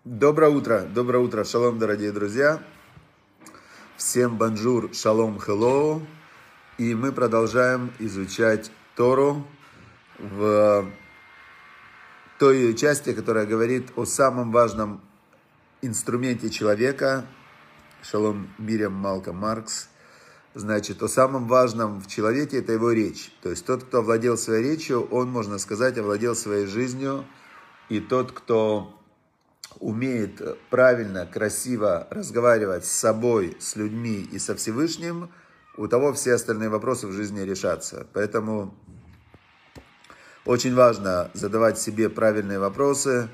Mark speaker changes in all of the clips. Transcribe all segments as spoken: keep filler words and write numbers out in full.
Speaker 1: Доброе утро, доброе утро, шалом, дорогие друзья. Всем бонжур, шалом, хеллоу. И мы продолжаем изучать Тору в той части, которая говорит о самом важном инструменте человека. Шалом, Мирьям, Малком, Маркс. Значит, о самом важном в человеке – это его речь. То есть тот, кто овладел своей речью, он, можно сказать, овладел своей жизнью. И тот, кто умеет правильно, красиво разговаривать с собой, с людьми и со Всевышним, у того все остальные вопросы в жизни решатся. Поэтому очень важно задавать себе правильные вопросы.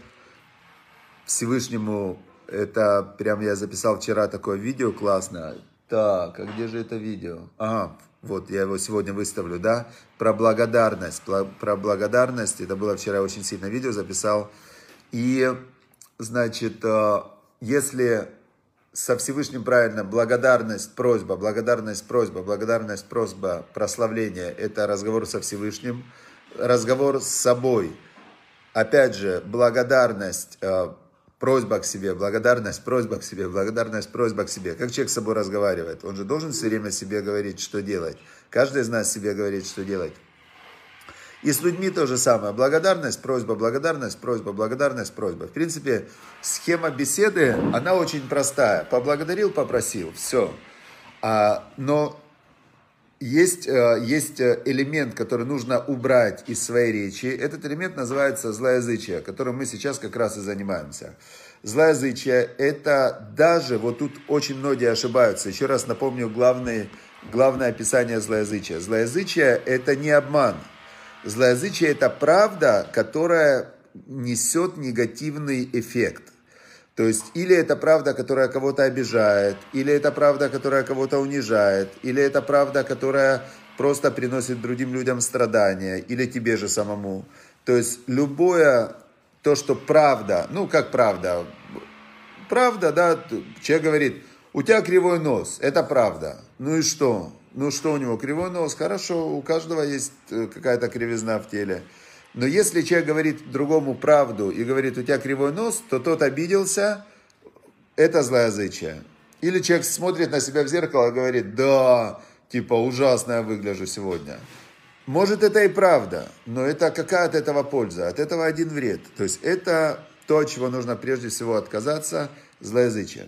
Speaker 1: Всевышнему, это прям я записал вчера такое видео классное. Так, а где же это видео? Ага, вот я его сегодня выставлю, да? Про благодарность. Про благодарность. Это было вчера очень сильное видео, записал. И значит, если со Всевышним правильно, благодарность, просьба, благодарность, просьба, благодарность, просьба, прославление – это разговор со Всевышним, разговор с собой. Опять же, благодарность, просьба к себе, благодарность, просьба к себе, благодарность, просьба к себе. Как человек с собой разговаривает? Он же должен все время себе говорить, что делать. Каждый из нас себе говорит, что делать. И с людьми то же самое. Благодарность, просьба, благодарность, просьба, благодарность, просьба. В принципе, схема беседы, она очень простая. Поблагодарил, попросил, все. А, но есть, есть элемент, который нужно убрать из своей речи. Этот элемент называется злоязычие, которым мы сейчас как раз и занимаемся. Злоязычие – это даже, вот тут очень многие ошибаются. Еще раз напомню главное, главное описание злоязычия. Злоязычие – это не обман. Злоязычие – это правда, которая несет негативный эффект. То есть, или это правда, которая кого-то обижает, или это правда, которая кого-то унижает, или это правда, которая просто приносит другим людям страдания, или тебе же самому. То есть, любое то, что правда, ну, как правда, правда, да, человек говорит, у тебя кривой нос, это правда, ну и что? Ну что у него, кривой нос? Хорошо, у каждого есть какая-то кривизна в теле. Но если человек говорит другому правду и говорит, у тебя кривой нос, то тот обиделся, это злоязычие. Или человек смотрит на себя в зеркало и говорит, да, типа ужасно я выгляжу сегодня. Может это и правда, но это какая от этого польза? От этого один вред. То есть это то, от чего нужно прежде всего отказаться, злоязычие.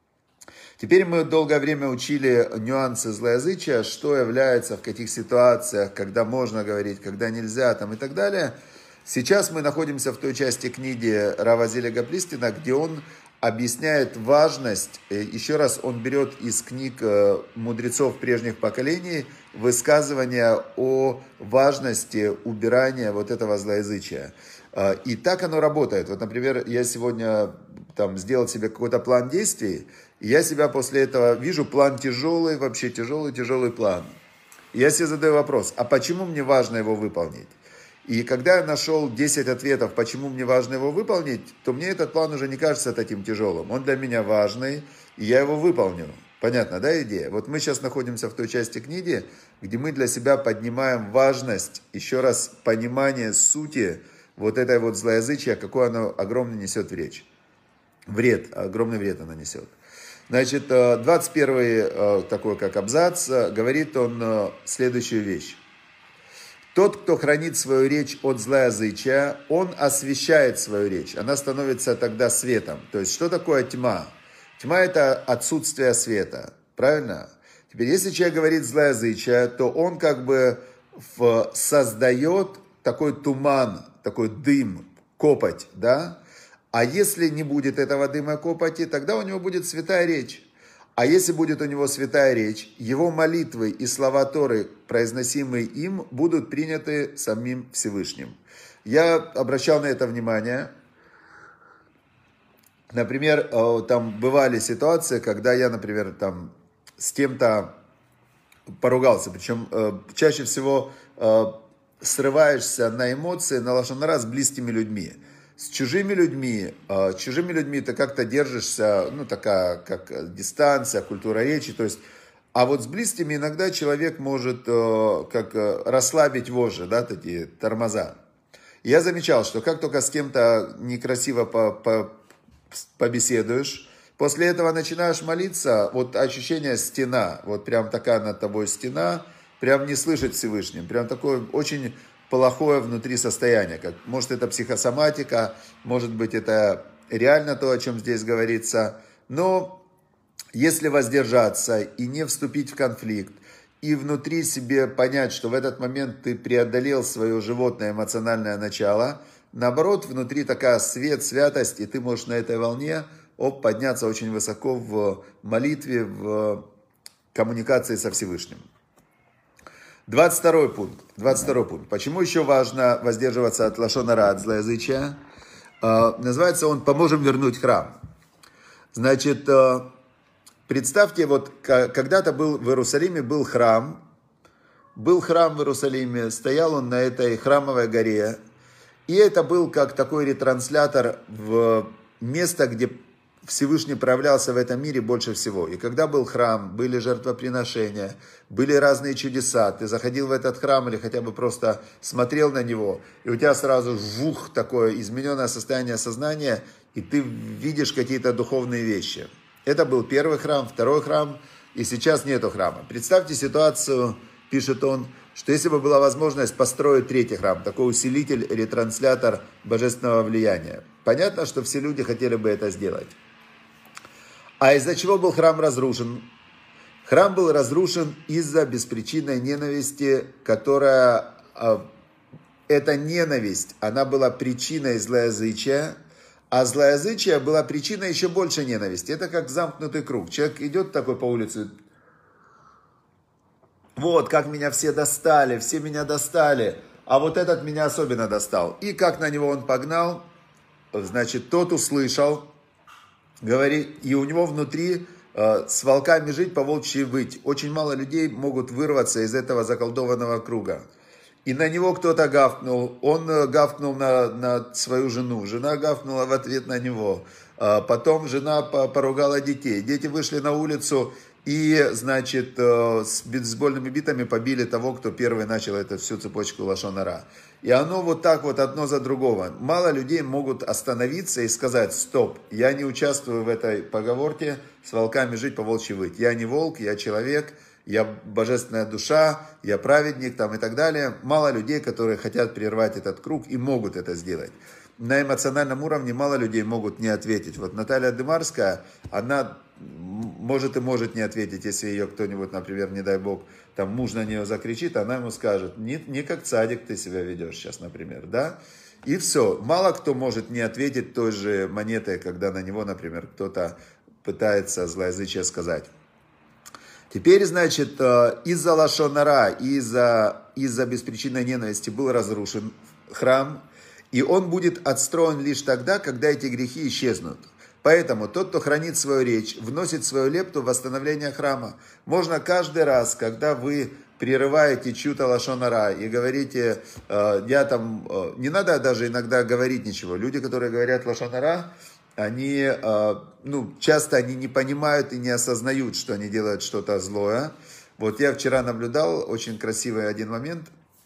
Speaker 1: Теперь мы долгое время учили нюансы злоязычия, что является в каких ситуациях, когда можно говорить, когда нельзя там, и так далее. Сейчас мы находимся в той части книги Рава Зелега Плистина, где он объясняет важность, еще раз он берет из книг мудрецов прежних поколений высказывания о важности убирания вот этого злоязычия. И так оно работает. Вот, например, я сегодня там сделал себе какой-то план действий, и я себя после этого вижу, план тяжелый, вообще тяжелый-тяжелый план. И я себе задаю вопрос, а почему мне важно его выполнить? И когда я нашел десять ответов, почему мне важно его выполнить, то мне этот план уже не кажется таким тяжелым. Он для меня важный, и я его выполню. Понятно, да, идея? Вот мы сейчас находимся в той части книги, где мы для себя поднимаем важность, еще раз, понимание сути вот этой вот злоязычия, какой оно огромный несет в речь. Вред, огромный вред оно несет. Значит, двадцать первый такой как абзац, говорит он следующую вещь. Тот, кто хранит свою речь от злоязычия, он освещает свою речь. Она становится тогда светом. То есть, что такое тьма? Тьма – это отсутствие света. Правильно? Теперь, если человек говорит злоязычие, то он как бы создает такой туман, такой дым, копоть, да? А если не будет этого дыма копоти, тогда у него будет святая речь. А если будет у него святая речь, его молитвы и слова Торы, произносимые им, будут приняты самим Всевышним. Я обращал на это внимание. Например, там бывали ситуации, когда я, например, там с кем-то поругался. Причем чаще всего срываешься на эмоции, на лашон ара с близкими людьми. С чужими людьми, с чужими людьми ты как-то держишься, ну, такая, как дистанция, культура речи, то есть, а вот с близкими иногда человек может, как расслабить вожжи, да, такие тормоза. Я замечал, что как только с кем-то некрасиво по, по, побеседуешь. После этого начинаешь молиться, вот ощущение стена, вот прям такая над тобой стена, прям не слышать Всевышним, прям такое очень плохое внутри состояние. Как, может, это психосоматика, может быть, это реально то, о чем здесь говорится. Но если воздержаться и не вступить в конфликт, и внутри себе понять, что в этот момент ты преодолел свое животное эмоциональное начало, наоборот, внутри такая свет, святость, и ты можешь на этой волне оп, подняться очень высоко в молитве, в коммуникации со Всевышним. двадцать второй пункт. двадцать второй пункт. Почему еще важно воздерживаться от лашон ара, от злоязычия? Называется он «Поможем вернуть храм». Значит, представьте, вот когда-то был в Иерусалиме был храм, был храм в Иерусалиме, стоял он на этой храмовой горе, и это был как такой ретранслятор в место, где Всевышний проявлялся в этом мире больше всего. И когда был храм, были жертвоприношения, были разные чудеса, ты заходил в этот храм или хотя бы просто смотрел на него, и у тебя сразу жух, такое измененное состояние сознания, и ты видишь какие-то духовные вещи. Это был первый храм, второй храм, и сейчас нету храма. Представьте ситуацию, пишет он, что если бы была возможность построить третий храм, такой усилитель, ретранслятор божественного влияния. Понятно, что все люди хотели бы это сделать. А из-за чего был храм разрушен? Храм был разрушен из-за беспричинной ненависти, которая, эта ненависть, она была причиной злоязычия, а злоязычие была причиной еще больше ненависти. Это как замкнутый круг. Человек идет такой по улице, вот, как меня все достали, все меня достали, а вот этот меня особенно достал. И как на него он погнал, значит, тот услышал, говорит, и у него внутри э, с волками жить, по волчьи выть. Очень мало людей могут вырваться из этого заколдованного круга. И на него кто-то гавкнул, он гавкнул на, на свою жену, жена гавкнула в ответ на него. Э, потом жена поругала детей, дети вышли на улицу и, значит, э, с бейсбольными битами побили того, кто первый начал эту всю цепочку лашон ара. И оно вот так вот одно за другого. Мало людей могут остановиться и сказать: стоп, я не участвую в этой поговорке с волками жить, по волчьи выть. Я не волк, я человек, я божественная душа, я праведник там, и так далее. Мало людей, которые хотят прервать этот круг и могут это сделать. На эмоциональном уровне мало людей могут не ответить. Вот Наталья Дымарская, она может и может не ответить, если ее кто-нибудь, например, не дай бог, там муж на нее закричит, она ему скажет: не, не как цадик ты себя ведешь сейчас, например, да? И все. Мало кто может не ответить той же монетой, когда на него, например, кто-то пытается злоязычие сказать. Теперь, значит, из-за лашон ара, из-за, из-за беспричинной ненависти был разрушен храм, и он будет отстроен лишь тогда, когда эти грехи исчезнут. Поэтому тот, кто хранит свою речь, вносит свою лепту в восстановление храма. Можно каждый раз, когда вы прерываете чью-то лашон ара и говорите, э, я там, э, не надо даже иногда говорить ничего. Люди, которые говорят лашон ара, они, э, ну, часто они не понимают и не осознают, что они делают что-то злое. Вот я вчера наблюдал очень красивый один момент.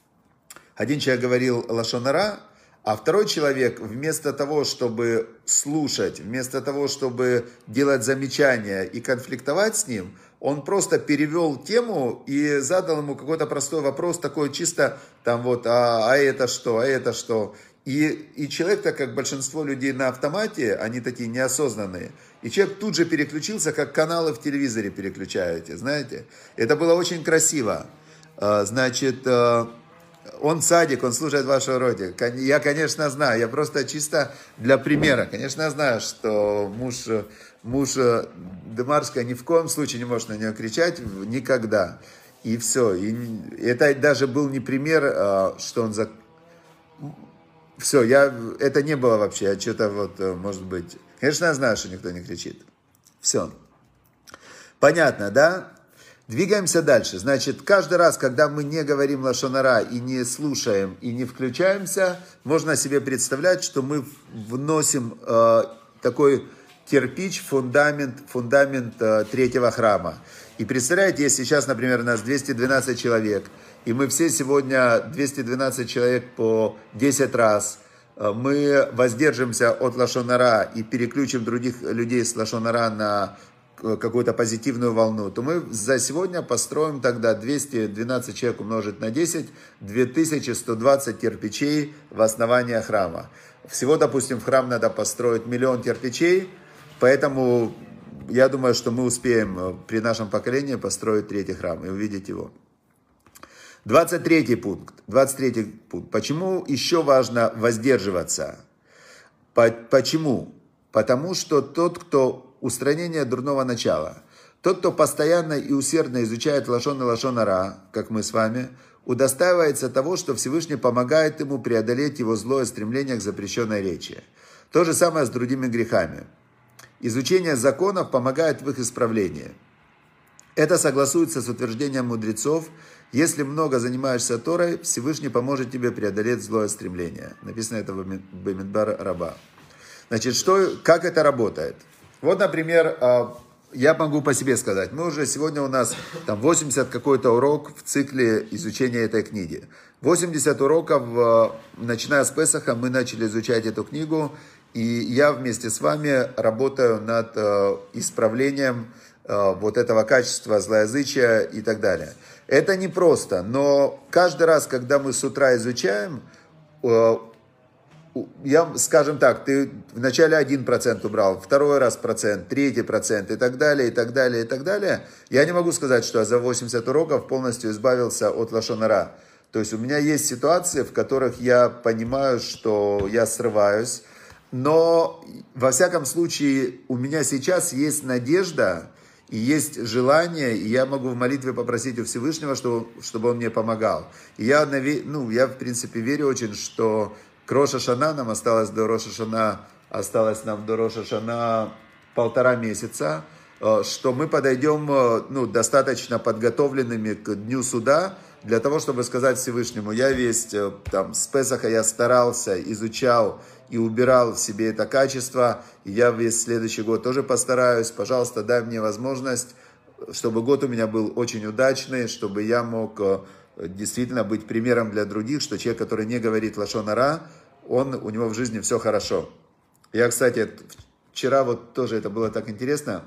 Speaker 1: Один человек говорил лашон ара, а второй человек, вместо того, чтобы слушать, вместо того, чтобы делать замечания и конфликтовать с ним, он просто перевел тему и задал ему какой-то простой вопрос, такой чисто, там вот, а, а это что, а это что. И, и человек, так как большинство людей на автомате, они такие неосознанные, и человек тут же переключился, как каналы в телевизоре переключаете, знаете. Это было очень красиво. Значит... Он садик, он служит в вашей роде. Я, конечно, знаю, я просто чисто для примера. Конечно, я знаю, что муж, муж Дымарская ни в коем случае не может на нее кричать, никогда. И все. И это даже был не пример, что он за... Все, я... это не было вообще. Я что-то вот, может быть... Конечно, я знаю, что никто не кричит. Все. Понятно, да? Двигаемся дальше. Значит, каждый раз, когда мы не говорим лашон ара и не слушаем, и не включаемся, можно себе представлять, что мы вносим э, такой кирпич, фундамент, фундамент э, третьего храма. И представляете, если сейчас, например, у нас двести двенадцать человек, и мы все сегодня двести двенадцать человек по десять раз мы воздержимся от лашон ара и переключим других людей с лашон ара на какую-то позитивную волну, то мы за сегодня построим тогда двести двенадцать человек умножить на десять, две тысячи сто двадцать кирпичей в основании храма. Всего, допустим, в храм надо построить миллион кирпичей, поэтому я думаю, что мы успеем при нашем поколении построить третий храм и увидеть его. двадцать третий пункт. двадцать третий пункт. Почему еще важно воздерживаться? Почему? Потому что тот, кто устранение дурного начала, тот, кто постоянно и усердно изучает лашон и лашон ара, как мы с вами, удостаивается того, что Всевышний помогает ему преодолеть его злое стремление к запрещенной речи. То же самое с другими грехами. Изучение законов помогает в их исправлении. Это согласуется с утверждением мудрецов: если много занимаешься Торой, Всевышний поможет тебе преодолеть злое стремление. Написано это в Бамидбар Раба. Значит, что, как это работает? Вот, например, я могу по себе сказать. Мы уже сегодня у нас там восемьдесят какой-то урок в цикле изучения этой книги. восемьдесят уроков, начиная с Песаха, мы начали изучать эту книгу. И я вместе с вами работаю над исправлением вот этого качества злоязычия и так далее. Это непросто, но каждый раз, когда мы с утра изучаем, я, скажем так, ты вначале один процент убрал, второй раз процент, третий процент и так далее, и так далее, и так далее. Я не могу сказать, что я за восемьдесят уроков полностью избавился от лашон ара. То есть у меня есть ситуации, в которых я понимаю, что я срываюсь, но во всяком случае у меня сейчас есть надежда и есть желание, и я могу в молитве попросить у Всевышнего, что, чтобы он мне помогал. И я, ну, я в принципе верю очень, что к Рош ха-Шана нам осталось до Рош ха-Шана, осталось нам до Рош ха-Шана полтора месяца, что мы подойдем, ну, достаточно подготовленными к Дню Суда, для того, чтобы сказать Всевышнему: я весь там с Песаха я старался, изучал и убирал в себе это качество, и я весь следующий год тоже постараюсь, пожалуйста, дай мне возможность, чтобы год у меня был очень удачный, чтобы я мог действительно быть примером для других, что человек, который не говорит лашон ара, он, у него в жизни все хорошо. Я, кстати, вчера вот тоже это было так интересно,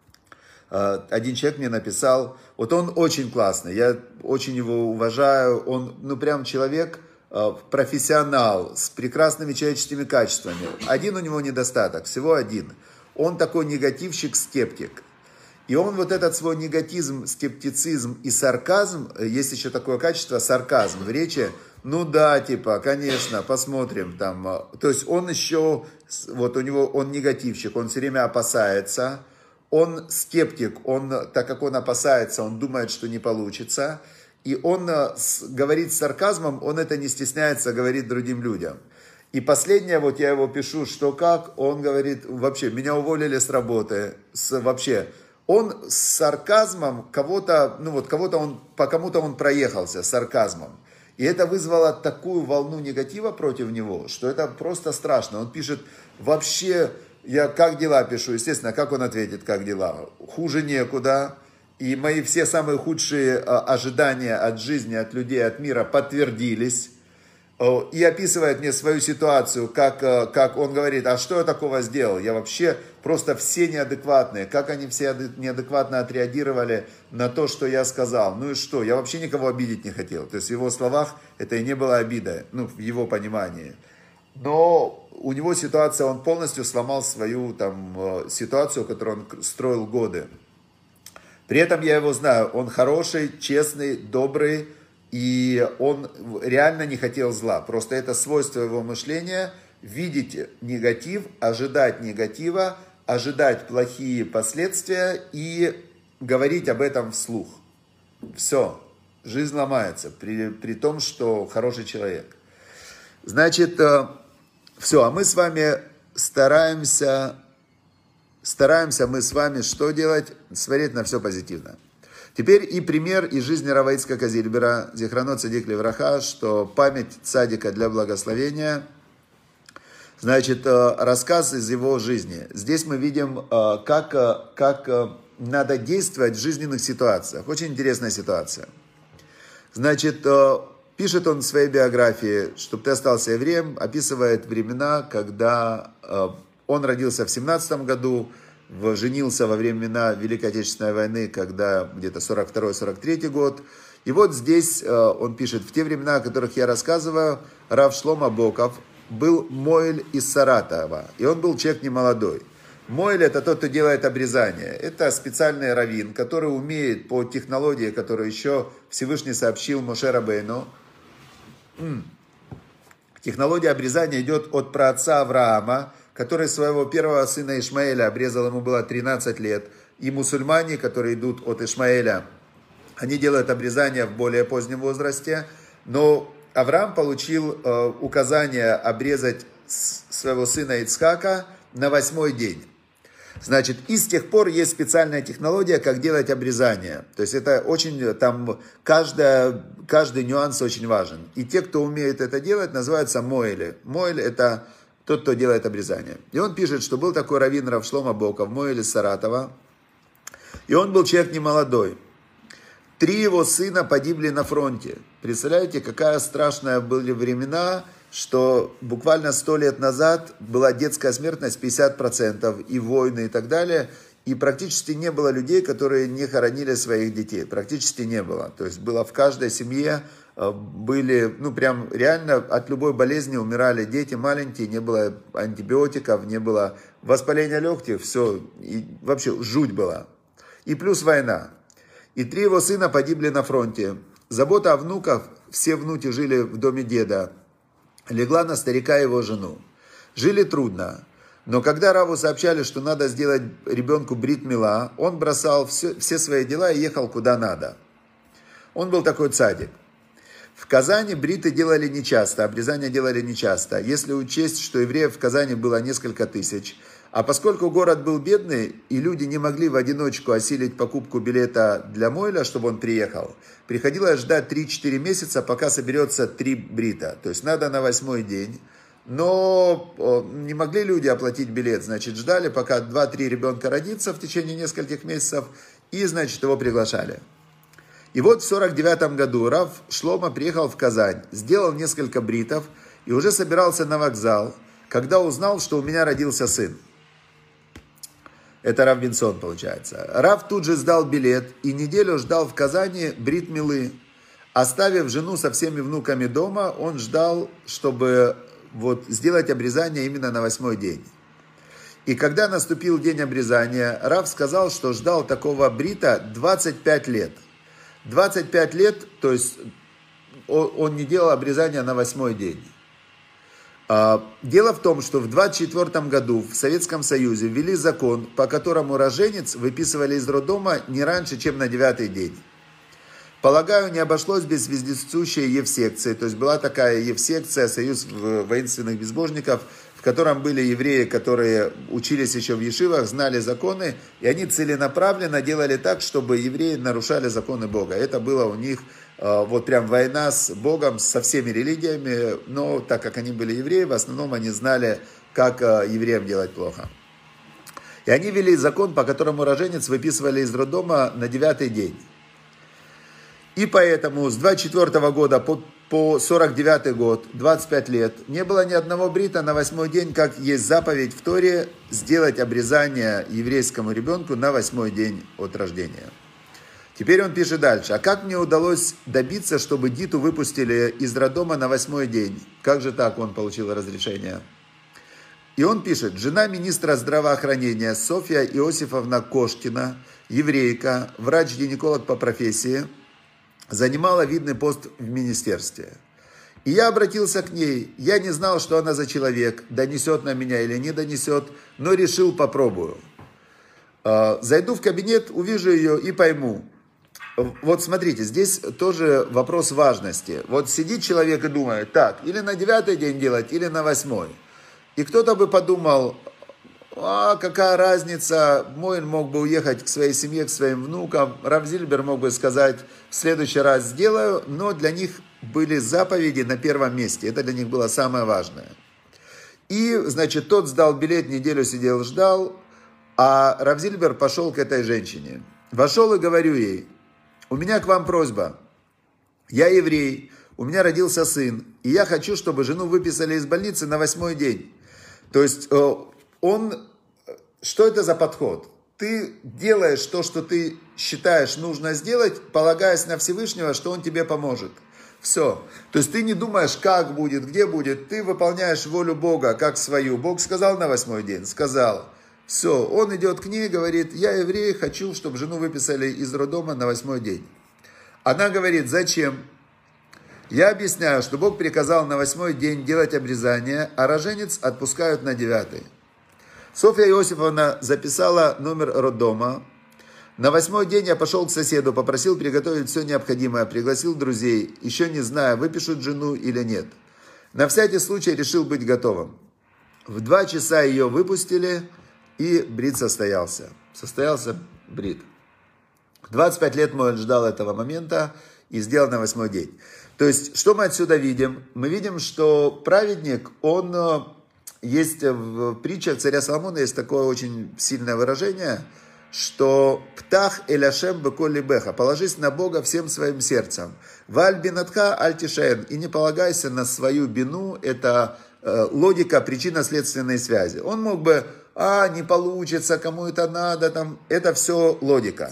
Speaker 1: один человек мне написал, вот он очень классный, я очень его уважаю, он, ну, прям человек, профессионал, с прекрасными человеческими качествами. Один у него недостаток, всего один. Он такой негативщик-скептик. И он вот этот свой негатизм, скептицизм и сарказм, есть еще такое качество, сарказм в речи, ну да, типа, конечно, посмотрим там. То есть он еще, вот у него, он негативщик, он все время опасается, он скептик, он, так как он опасается, он думает, что не получится. И он говорит с сарказмом, он это не стесняется, говорит другим людям. И последнее, вот я его пишу, что как, он говорит, вообще, меня уволили с работы, с, вообще, он с сарказмом кого-то, ну вот кого-то он, по кому-то он проехался с сарказмом. И это вызвало такую волну негатива против него, что это просто страшно. Он пишет, вообще, я как дела пишу, естественно, как он ответит, как дела? Хуже некуда. И мои все самые худшие ожидания от жизни, от людей, от мира подтвердились. И описывает мне свою ситуацию, как, как он говорит, а что я такого сделал? Я вообще просто все неадекватные. Как они все неадекватно отреагировали на то, что я сказал. Ну и что? Я вообще никого обидеть не хотел. То есть в его словах это и не было обидой, ну, в его понимании. Но у него ситуация, он полностью сломал свою там ситуацию, которую он строил годы. При этом я его знаю, он хороший, честный, добрый, и он реально не хотел зла. Просто это свойство его мышления, видеть негатив, ожидать негатива, ожидать плохие последствия и говорить об этом вслух. Все, жизнь ломается, при, при том, что хороший человек. Значит, все, а мы с вами стараемся... Стараемся мы с вами что делать? Смотреть на все позитивно. Теперь и пример из жизни Рава Ицхака Зильбера, Зихроно Цадик Левраха, что память цадика для благословения. Значит, рассказ из его жизни. Здесь мы видим, как, как надо действовать в жизненных ситуациях. Очень интересная ситуация. Значит, Пишет он в своей биографии, чтобы ты остался евреем, описывает времена, когда э, он родился в семнадцатом году, в, женился во времена Великой Отечественной войны, когда где-то сорок второй — сорок третий год. И вот здесь э, он пишет: в те времена, о которых я рассказываю, Рав Шломо Боков был Моэль из Саратова, и он был человек немолодой. Моэль — это тот, кто делает обрезание. Это специальный раввин, который умеет по технологии, которую еще Всевышний сообщил Моше Рабейну. Технология обрезания идет от праотца Авраама, который своего первого сына Ишмаэля обрезал, ему было тринадцать лет. И мусульмане, которые идут от Ишмаэля, они делают обрезание в более позднем возрасте. Но Авраам получил э, указание обрезать своего сына Ицхака на восьмой день. Значит, и с тех пор есть специальная технология, как делать обрезание. То есть это очень, там, каждая, каждый нюанс очень важен. И те, кто умеет это делать, называются моэли. Моэль — это тот, кто делает обрезание. И он пишет, что был такой раввин Рав Шломо Боков, Моэль из Саратова. И он был человек немолодой. Три его сына погибли на фронте. Представляете, какая страшная были времена, что буквально сто лет назад была детская смертность пятьдесят процентов, и войны, и так далее, и практически не было людей, которые не хоронили своих детей, практически не было. То есть было в каждой семье, были, ну прям реально от любой болезни умирали дети маленькие, не было антибиотиков, не было воспаления легких, все, и вообще жуть была. И плюс война. И три его сына погибли на фронте. Забота о внуках, все внуки жили в доме деда, легла на старика и его жену. Жили трудно, но когда Раву сообщали, что надо сделать ребенку брит мила, он бросал все, все свои дела и ехал куда надо. Он был такой цадик. В Казани бриты делали нечасто, обрезание делали нечасто. Если учесть, что евреев в Казани было несколько тысяч, а поскольку город был бедный, и люди не могли в одиночку осилить покупку билета для Моэля, чтобы он приехал, приходилось ждать три-четыре месяца, пока соберется три брита. То есть надо на восьмой день. Но не могли люди оплатить билет, значит, ждали, пока два-три ребенка родится в течение нескольких месяцев, и, значит, его приглашали. И вот в сорок девятом году Рав Шломо приехал в Казань, сделал несколько бритов и уже собирался на вокзал, когда узнал, что у меня родился сын. Это Рав Винсон, получается. Рав тут же сдал билет и неделю ждал в Казани брит милы. Оставив жену со всеми внуками дома, он ждал, чтобы вот сделать обрезание именно на восьмой день. И когда наступил день обрезания, Рав сказал, что ждал такого брита двадцать пять лет. двадцать пять лет, то есть он не делал обрезания на восьмой день. Дело в том, что в двадцать четвёртом году в Советском Союзе ввели закон, по которому роженец выписывали из роддома не раньше, чем на девятый день. Полагаю, не обошлось без вездесущей евсекции. То есть была такая евсекция, союз воинственных безбожников, в котором были евреи, которые учились еще в ешивах, знали законы, и они целенаправленно делали так, чтобы евреи нарушали законы Бога. Это было у них вот прям война с Богом, со всеми религиями, но так как они были евреи, в основном они знали, как евреям делать плохо. И они ввели закон, по которому роженец выписывали из роддома на девятый день. И поэтому с двадцать четвёртого года по, по сорок девятый год, двадцать пять лет, не было ни одного брита на восьмой день, как есть заповедь в Торе, сделать обрезание еврейскому ребенку на восьмой день от рождения. Теперь он пишет дальше. А как мне удалось добиться, чтобы Диту выпустили из роддома на восьмой день? Как же так он получил разрешение? И он пишет. Жена министра здравоохранения Софья Иосифовна Кошкина, еврейка, врач-гинеколог по профессии, занимала видный пост в министерстве. И я обратился к ней. Я не знал, что она за человек, донесет на меня или не донесет, но решил, попробую. Зайду в кабинет, увижу ее и пойму. Вот смотрите, здесь тоже вопрос важности. Вот сидит человек и думает, так, или на девятый день делать, или на восьмой. И кто-то бы подумал, а какая разница, Моэль мог бы уехать к своей семье, к своим внукам. Рав Зильбер мог бы сказать, в следующий раз сделаю, но для них были заповеди на первом месте. Это для них было самое важное. И, значит, тот сдал билет, неделю сидел, ждал, а Рав Зильбер пошел к этой женщине. Вошел и говорю ей, у меня к вам просьба. Я еврей, у меня родился сын, и я хочу, чтобы жену выписали из больницы на восьмой день. То есть он, что это за подход? Ты делаешь то, что ты считаешь нужно сделать, полагаясь на Всевышнего, что он тебе поможет. Все. То есть ты не думаешь, как будет, где будет. Ты выполняешь волю Бога, как свою. Бог сказал на восьмой день? Сказал. Все. Он идет к ней, говорит, я еврей, хочу, чтобы жену выписали из роддома на восьмой день. Она говорит, зачем? Я объясняю, что Бог приказал на восьмой день делать обрезание, а роженец отпускают на девятый. Софья Иосифовна записала номер роддома. На восьмой день я пошел к соседу, попросил приготовить все необходимое, пригласил друзей, еще не зная, выпишут жену или нет. На всякий случай решил быть готовым. В два часа ее выпустили, и брит состоялся. Состоялся брит. двадцать пять лет Моэль ждал этого момента и сделал на восьмой день. То есть, что мы отсюда видим? Мы видим, что праведник, он... Есть в притчах царя Соломона есть такое очень сильное выражение, что «птах эль Ашем беколь либеха» – «положись на Бога всем своим сердцем». «Валь бинатха аль тишаэн» – «и не полагайся на свою бину». Это э, логика причинно-следственной связи. Он мог бы «а, не получится, кому это надо», там, это все логика.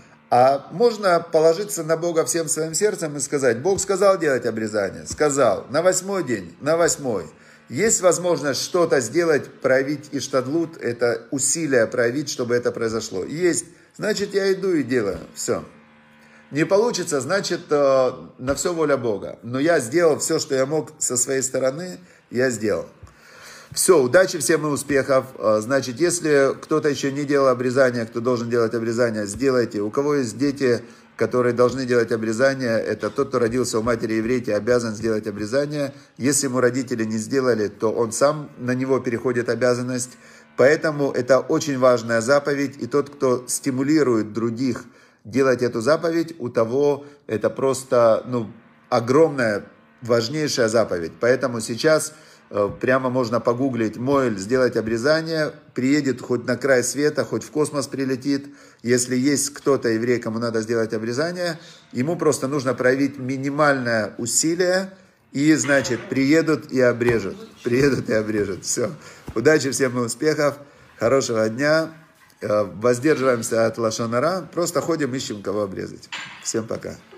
Speaker 1: А можно положиться на Бога всем своим сердцем и сказать, Бог сказал делать обрезание, сказал, на восьмой день, на восьмой. Есть возможность что-то сделать, проявить иштадлут, это усилие проявить, чтобы это произошло. Есть, значит, я иду и делаю, все. Не получится, значит, на все воля Бога. Но я сделал все, что я мог со своей стороны, я сделал. Все, удачи всем и успехов. Значит, если кто-то еще не делал обрезание, кто должен делать обрезание, сделайте. У кого есть дети, которые должны делать обрезание, это тот, кто родился у матери еврейки, обязан сделать обрезание. Если ему родители не сделали, то он сам, на него переходит обязанность. Поэтому это очень важная заповедь. И тот, кто стимулирует других делать эту заповедь, у того это просто ну, огромная, важнейшая заповедь. Поэтому сейчас... Прямо можно погуглить Моэль, сделать обрезание, приедет хоть на край света, хоть в космос прилетит. Если есть кто-то еврей, кому надо сделать обрезание, ему просто нужно проявить минимальное усилие, и, значит, приедут и обрежут. Приедут и обрежут. Все. Удачи всем и успехов, хорошего дня. Воздерживаемся от лашон ара, просто ходим, ищем, кого обрезать. Всем пока.